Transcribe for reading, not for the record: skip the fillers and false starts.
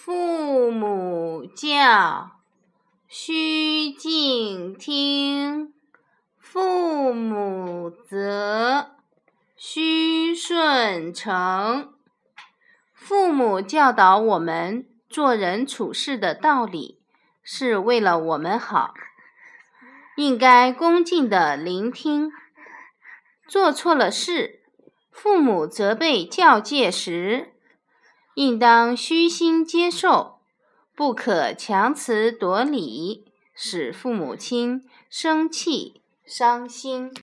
父母教，须敬听；父母责，须顺承。父母教导我们做人处事的道理，是为了我们好，应该恭敬地聆听。做错了事，父母责备教诫时，应当虚心接受，不可强词夺理，使父母亲生气伤心。